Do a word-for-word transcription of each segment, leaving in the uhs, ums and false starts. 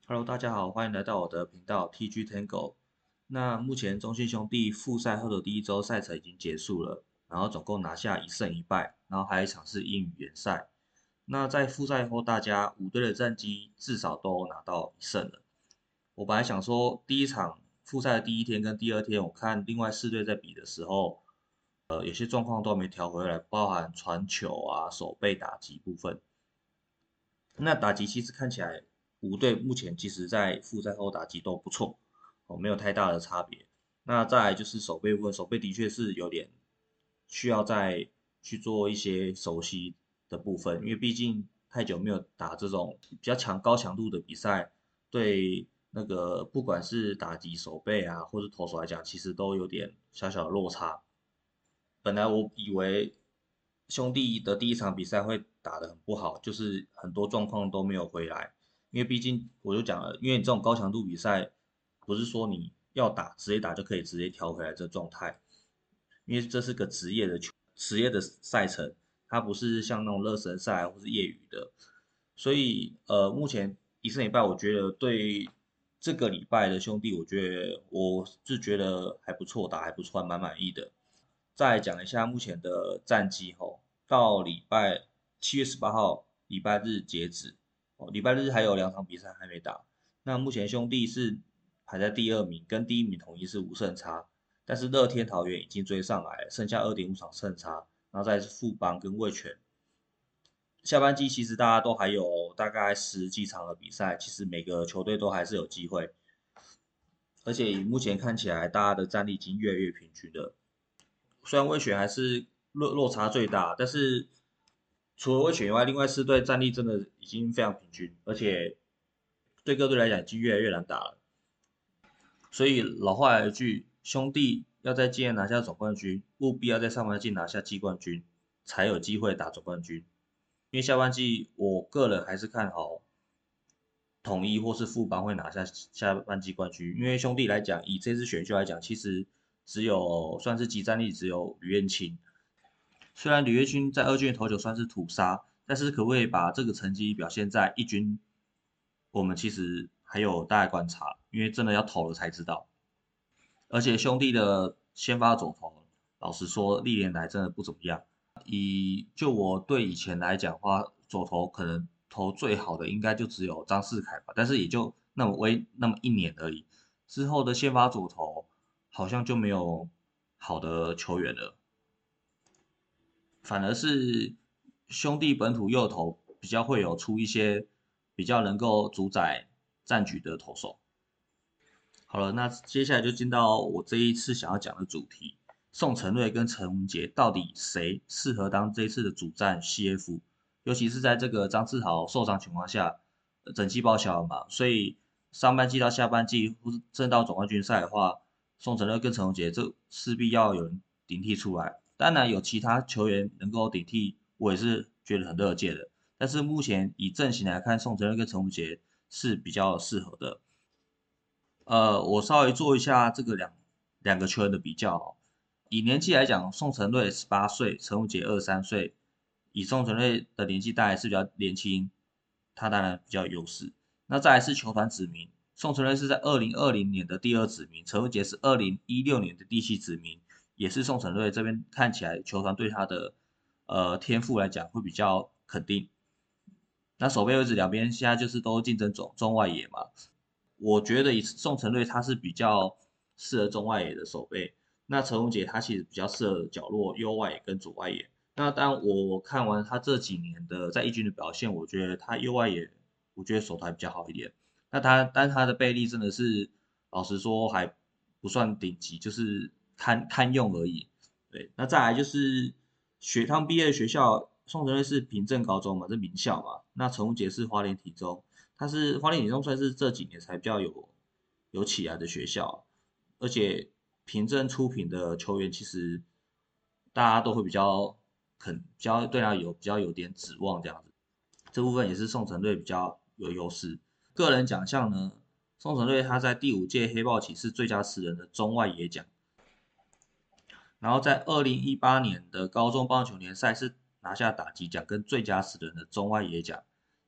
Hello，大家好，欢迎来到我的频道 T G Tango。那目前中信兄弟复赛后的第一周赛程已经结束了，然后总共拿下一胜一败，然后还有一场是英语联赛。那在复赛后，大家五队的战绩至少都拿到一胜了。我本来想说，第一场复赛的第一天跟第二天，我看另外四队在比的时候，呃，有些状况都没调回来，包含传球啊、守备打击部分。那打击其实看起来五队目前其实在复赛后打击都不错，哦，没有太大的差别。那再来就是守备部分，守备的确是有点需要再去做一些熟悉的部分，因为毕竟太久没有打这种比较强高强度的比赛，对那个不管是打击守备啊，或是投手来讲，其实都有点小小的落差。本来我以为兄弟的第一场比赛会打得很不好，就是很多状况都没有回来，因为毕竟我就讲了，因为你这种高强度比赛，不是说你要打直接打就可以直接调回来这状态，因为这是个职业的球，职业的赛程，它不是像那种热身赛或是业余的，所以呃，目前一胜一败，我觉得对这个礼拜的兄弟，我觉得我是觉得还不错，打还不错，还蛮满意的。再讲一下目前的战绩吼，到礼拜七月十八号礼拜日截止，哦，礼拜日还有两场比赛还没打。那目前兄弟是排在第二名，跟第一名统一是五胜差，但是乐天桃园已经追上来了，剩下二点五场胜差，然后再是富邦跟味全。下半季其实大家都还有大概十几场的比赛，其实每个球队都还是有机会，而且以目前看起来大家的战力已经越来越平均了。虽然魏选还是落落差最大，但是除了魏选以外，另外四队战力真的已经非常平均，而且对各队来讲已经越来越难打了。所以老话来一句，兄弟要在今年拿下总冠军，务必要在上半季拿下季冠军，才有机会打总冠军。因为下半季我个人还是看好统一或是富邦会拿下下半季冠军，因为兄弟来讲，以这支选秀来讲，其实只有算是集战力只有吕彦青，虽然吕月军在二军的投球算是土杀，但是可不可以把这个成绩表现在一军，我们其实还有待观察，因为真的要投了才知道。而且兄弟的先发左投，老实说历年来真的不怎么样。以就我对以前来讲的话，左投可能投最好的应该就只有张世凯吧，但是也就那么微那么一年而已。之后的先发左投好像就没有好的球员了。反而是兄弟本土右投比较会有出一些比较能够主宰战局的投手。好了，那接下来就进到我这一次想要讲的主题：宋承瑞跟陈文杰到底谁适合当这一次的主战 C F？尤其是在这个张志豪受伤情况下，呃整季报销了嘛，所以上半季到下半季或是真到总冠军赛的话，宋承瑞跟陈文杰这势必要有人顶替出来。当然有其他球员能够顶替，我也是觉得很乐见的。但是目前以阵型来看，宋承瑞跟陈文杰是比较适合的。呃，我稍微做一下这个两两个球员的比较哦。以年纪来讲，宋承瑞十八岁，陈武杰二十三岁。以宋承瑞的年纪当然是比较年轻，他当然比较有优势。那再来是球团指名，宋承瑞是在二零二零年的第二指名，陈武杰是二零一六年的第七指名，也是宋承瑞这边看起来球团对他的呃天赋来讲会比较肯定。那守备位置两边现在就是都竞争中中外野嘛，我觉得以宋承瑞他是比较适合中外野的守备，那陈宏杰他其实比较适合角落右外野跟左外野。那当我看完他这几年的在一军的表现，我觉得他右外野，我觉得手台比较好一点。那他但他的臂力真的是，老实说还不算顶级，就是堪堪用而已。对，那再来就是学他们毕业的学校，宋承瑞是平镇高中嘛，这名校嘛，那陈宏杰是花莲体中。它是花莲体中算是这几年才比较有有起来的学校，而且凭证出品的球员，其实大家都会比较肯，比较对他有比较有点指望这样子。这部分也是宋承瑞比较有优势。个人奖项呢，宋承瑞他在第五届黑豹骑士最佳十人的中外野奖，然后在二零一八年的高中棒球联赛是拿下打击奖跟最佳十人的中外野奖。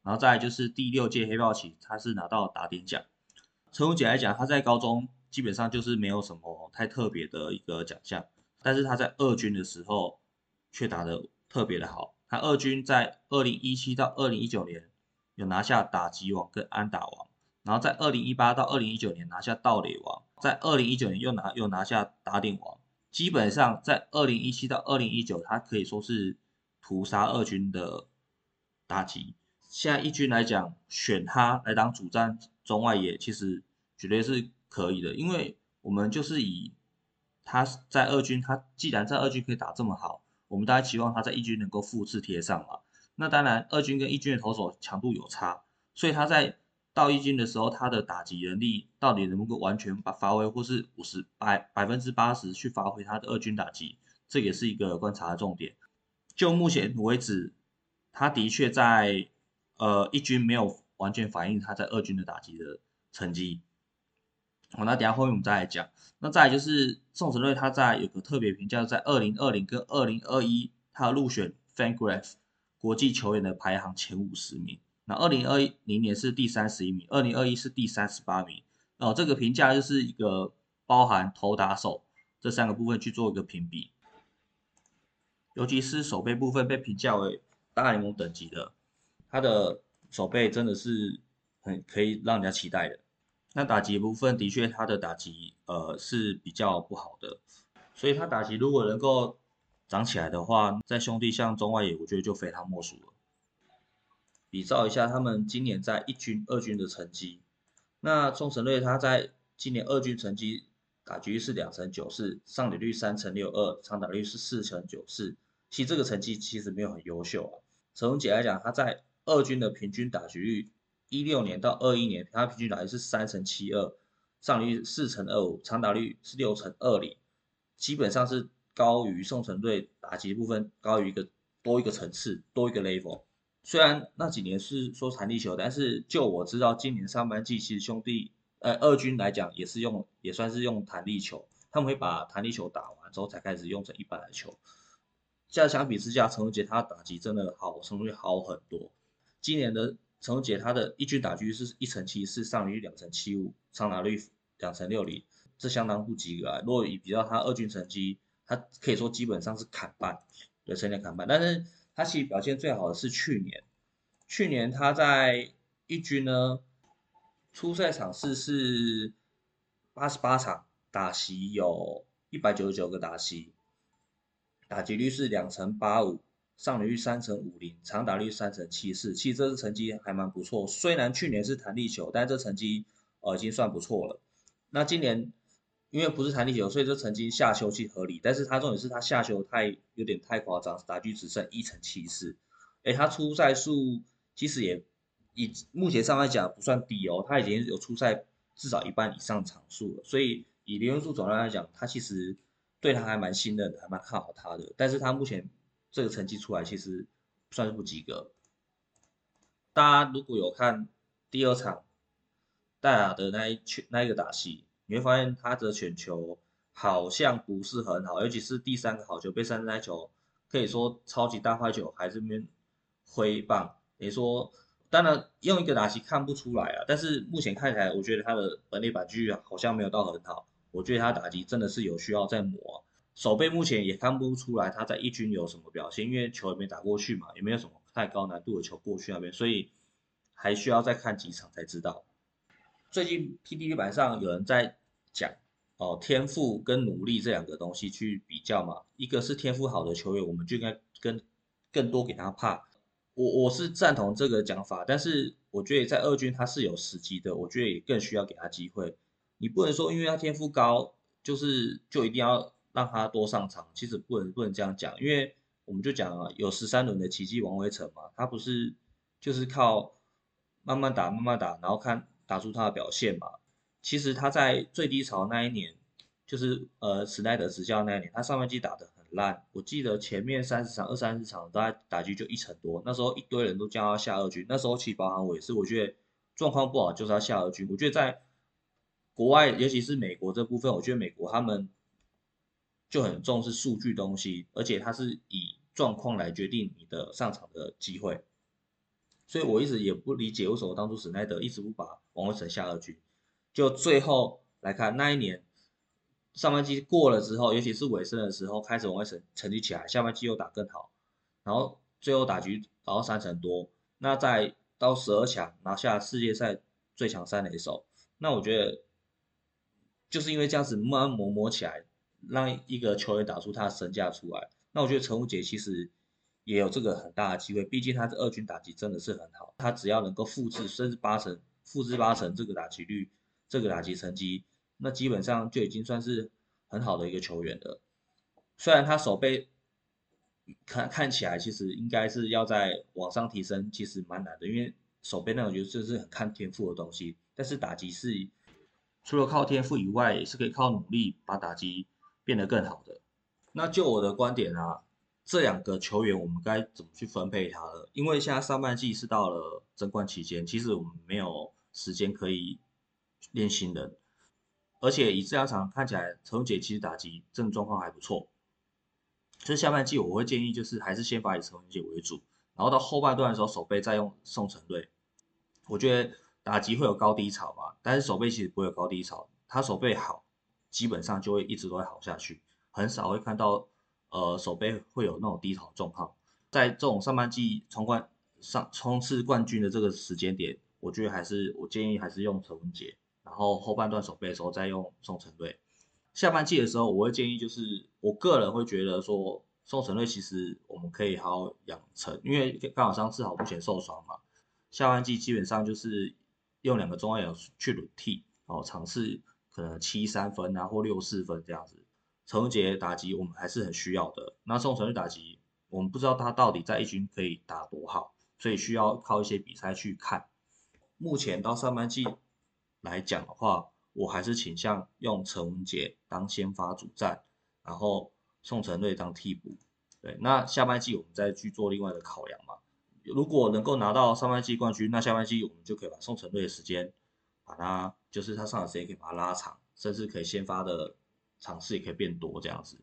然后再来就是第六届黑豹旗，他是拿到打点奖。陈文杰来讲，他在高中基本上就是没有什么太特别的一个奖项，但是他在二军的时候却打得特别的好。他二军在二零一七到二零一九年有拿下打击王跟安打王，然后在二零一八到二零一九年拿下盗垒王，在二零一九年又拿又拿下打点王。基本上在二零一七到二零一九，他可以说是屠杀二军的打击。现在一军来讲，选他来当主战中外野，其实绝对是可以的，因为我们就是以他在二军，他既然在二军可以打这么好，我们大家期望他在一军能够复制贴上嘛。那当然，二军跟一军的投手强度有差，所以他在到一军的时候，他的打击能力到底能不能够完全把发挥，或是五十百百分之八十去发挥他的二军打击，这也是一个观察的重点。就目前为止，他的确在呃一军没有完全反映他在二军的打击的成绩。好，那等下后面我们再来讲。那再来就是宋承瑞，他在有个特别评价，在二零二零跟二零二一，他入选 FanGraphs 国际球员的排行前五十名。那二零二零年是第三十一名，二零二一是第三十八名。哦，这个评价就是一个包含投打手这三个部分去做一个评比，尤其是手背部分被评价为大联盟等级的，他的手背真的是很可以让人家期待的。那打击部分的确，他的打击呃是比较不好的，所以他打击如果能够长起来的话，在兄弟像中外野，我觉得就非他莫属了。比照一下他们今年在一军、二军的成绩，那宋承瑞他在今年二军成绩打击率是两成九四，上垒率三成六二，长打率是四成九四，其实这个成绩其实没有很优秀啊。陈文杰来讲，他在二军的平均打击率，一六年到二一年，他平均打击是三成七二，上垒率四成二五，长打率是六成二零，基本上是高于宋承瑞打击部分高于一个多一个层次，多一个 level。虽然那几年是说弹力球，但是就我知道，今年上半季其实兄弟呃二军来讲也是用也算是用弹力球，他们会把弹力球打完之后才开始用成一般的球。这样相比之下，陈文杰他的打击真的好，成功率好很多。今年的陈文杰他的一军打击率是一成七四，上垒率两成七五，长打率两成六零，这相当不及格啊。如果以比较他二军成绩，他可以说基本上是砍半，对，成年砍半，但是。他其实表现最好的是去年，去年他在一军呢，出赛场次是八十八场，打席有一百九十九个打席，打击率是两成八五，上垒率三成五零，长打率三成七四，其实这支成绩还蛮不错。虽然去年是弹力球，但这成绩呃已经算不错了。那今年因为不是弹力球，所以这成绩下修其实合理。但是他重点是他下修太有点太夸张，打击只剩一成七四。哎，他出赛数其实也以目前上来讲不算低哦，他已经有出赛至少一半以上场数了。所以以林文树总量来讲，他其实对他还蛮信任的，还蛮看好他的。但是他目前这个成绩出来，其实算是不及格。大家如果有看第二场戴尔的那一球那一个打戏，你会发现他的选球好像不是很好，尤其是第三个好球被三振球，可以说超级大坏球还是边挥棒。你说，当然用一个打戏看不出来啊，但是目前看起来，我觉得他的本垒板距好像没有到很好。我觉得他打击真的是有需要再磨、啊。手背目前也看不出来他在一军有什么表现，因为球也没打过去嘛，也没有什么太高难度的球过去那边，所以还需要再看几场才知道。最近 P D 板上有人在讲哦，天赋跟努力这两个东西去比较嘛，一个是天赋好的球员，我们就应该跟更多给他怕。我我是赞同这个讲法，但是我觉得在二军他是有时机的，我觉得也更需要给他机会。你不能说因为他天赋高，就是就一定要让他多上场，其实不能不能这样讲，因为我们就讲啊，有十三轮的奇迹王威成嘛，他不是就是靠慢慢打慢慢打，然后看打出他的表现嘛。其实他在最低潮那一年，就是呃史奈德执教那一年，他上半季打得很烂，我记得前面三十场、二三十场大概打击就一成多，那时候一堆人都叫他下二军，那时候其实包含我也是，我觉得状况不好就是要下二军。我觉得在国外，尤其是美国这部分，我觉得美国他们就很重视数据东西，而且他是以状况来决定你的上场的机会。 所以我一直也不理解为什么当初史奈德一直不把王威成下二军，就最后来看那一年上半季过了之后，尤其是尾声的时候，开始王威成成绩起来，下半季又打更好，然后最后打局打到三成多，那在到十二强拿下世界赛最强三垒手，那我觉得就是因为这样子慢慢磨磨起来，让一个球员打出他的身价出来。那我觉得陈无杰其实也有这个很大的机会，毕竟他的二军打击真的是很好，他只要能够复制甚至八成、复制八成这个打击率、这个打击成绩，那基本上就已经算是很好的一个球员了。虽然他手背看看起来其实应该是要在往上提升，其实蛮难的，因为手背那我觉得这是很看天赋的东西，但是打击是除了靠天赋以外，也是可以靠努力把打击变得更好的。那就我的观点啊，这两个球员我们该怎么去分配他了？因为现在上半季是到了争冠期间，其实我们没有时间可以练新人，而且以这两场看起来，陈文杰其实打击正状况还不错。就是下半季我会建议就是还是先发以陈文杰为主，然后到后半段的时候手背再用宋承瑞。我觉得打击会有高低潮嘛，但是手背其实不会有高低潮，他手背好，基本上就会一直都会好下去，很少会看到呃手背会有那种低潮状况。在这种上半季冲冠上冲刺冠军的这个时间点，我觉得还是我建议还是用陈文杰，然后后半段手背的时候再用宋承瑞。下半季的时候，我会建议就是我个人会觉得说宋承瑞其实我们可以好好养成，因为刚好上次好目前受伤嘛，下半季基本上就是用两个中外野去轮替，哦，尝试可能七三分啊或六四分这样子。陈文杰打击我们还是很需要的，那宋承瑞打击我们不知道他到底在一军可以打多好，所以需要靠一些比赛去看。目前到上半季来讲的话，我还是倾向用陈文杰当先发主战，然后宋承瑞当替补。对，那下半季我们再去做另外的考量嘛。如果能够拿到上半季冠军，那下半季我们就可以把宋承瑞的时间，把他就是他上场时间可以把它拉长，甚至可以先发的场次也可以变多这样子。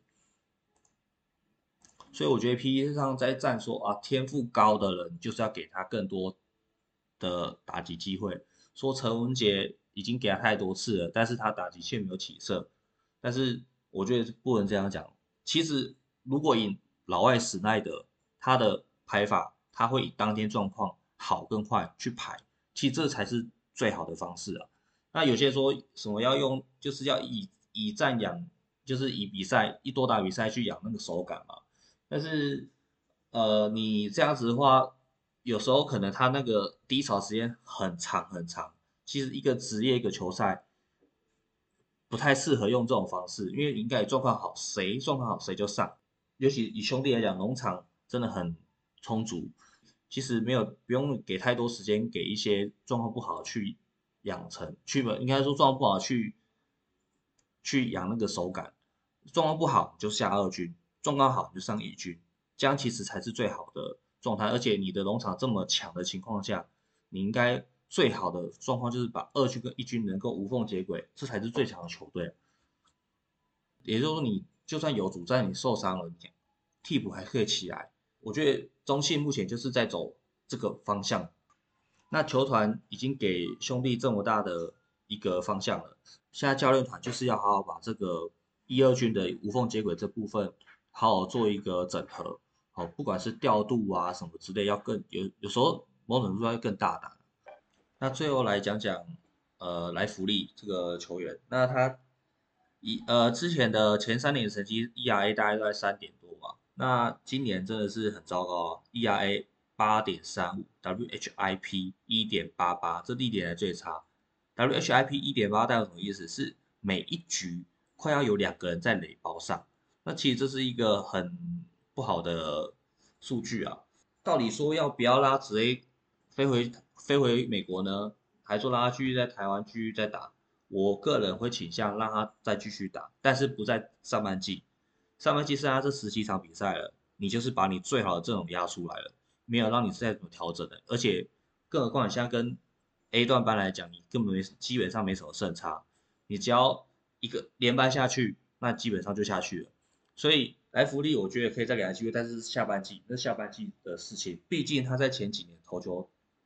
所以我觉得 P E 上在站说啊，天赋高的人就是要给他更多的打击机会。说陈文杰已经给他太多次了，但是他打击却没有起色。但是我觉得不能这样讲。其实如果以老外史奈德他的排法，他会以当天状况好跟坏去排，其实这才是最好的方式啊。那有些说什么要用，就是要以以战养，就是以比赛一多打比赛去养那个手感嘛。但是呃，你这样子的话，有时候可能他那个低潮时间很长很长。其实一个职业一个球赛不太适合用这种方式，因为你应该状况好，谁状况好谁就上。尤其以兄弟来讲，农场真的很充足，其实没有不用给太多时间给一些状况不好去养成，去应该说状况不好去去养那个手感。状况不好就下二军，状况好就上一军，这样其实才是最好的状态。而且你的农场这么强的情况下，你应该最好的状况就是把二军跟一军能够无缝接轨，这才是最强的球队。也就是说，你就算有主战你受伤了，你替补还可以起来。我觉得中信目前就是在走这个方向。那球团已经给兄弟这么大的一个方向了，现在教练团就是要好好把这个一二军的无缝接轨这部分好好做一个整合。好，不管是调度啊什么之类，要更有有时候某种程度要更大胆。那最后来讲讲呃莱福利这个球员，那他以呃之前的前三年成绩 E R A 大概都在三点多嘛，那今年真的是很糟糕啊，E R A 八点三五，W H I P 一点八八，这历年来最差。W H I P 一点八代表什么意思？是每一局快要有两个人在垒包上，那其实这是一个很不好的数据啊。到底说要不要拉直 A 飞回飞回美国呢？还说让他继续在台湾继续再打？我个人会倾向让他再继续打，但是不在上半季。上半季剩下这十七场比赛了，你就是把你最好的阵容压出来了，没有让你再怎么调整的。而且，更何况你现在跟 A 段班来讲，你根本没基本上没什么胜差，你只要一个连败下去，那基本上就下去了。所以莱弗利我觉得可以再给他机会，但是下半季那下半季的事情，毕竟他在前几年投球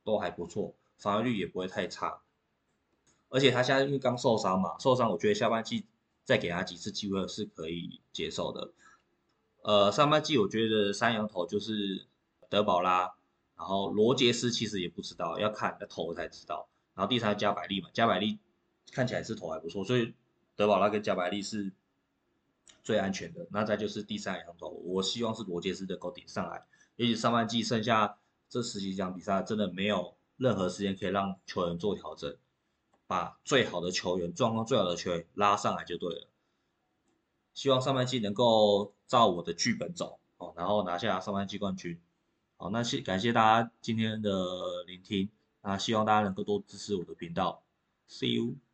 都还不错，防御率也不会太差。而且他现在因为刚受伤嘛，受伤我觉得下半季再给他几次机会是可以接受的。呃，上半季我觉得三羊头就是德保拉，然后罗杰斯其实也不知道，要看要投才知道。然后第三加百利嘛，加百利看起来是投还不错，所以德保拉跟加百利是最安全的。那再就是第三羊头，我希望是罗杰斯能够顶上来。也许上半季剩下这十几场比赛，真的没有任何时间可以让球员做调整，把最好的球员、状况最好的球员拉上来就对了。希望上半季能够照我的剧本走，哦，然后拿下上半季冠军。好，那谢感谢大家今天的聆听，那希望大家能够多支持我的频道，See you。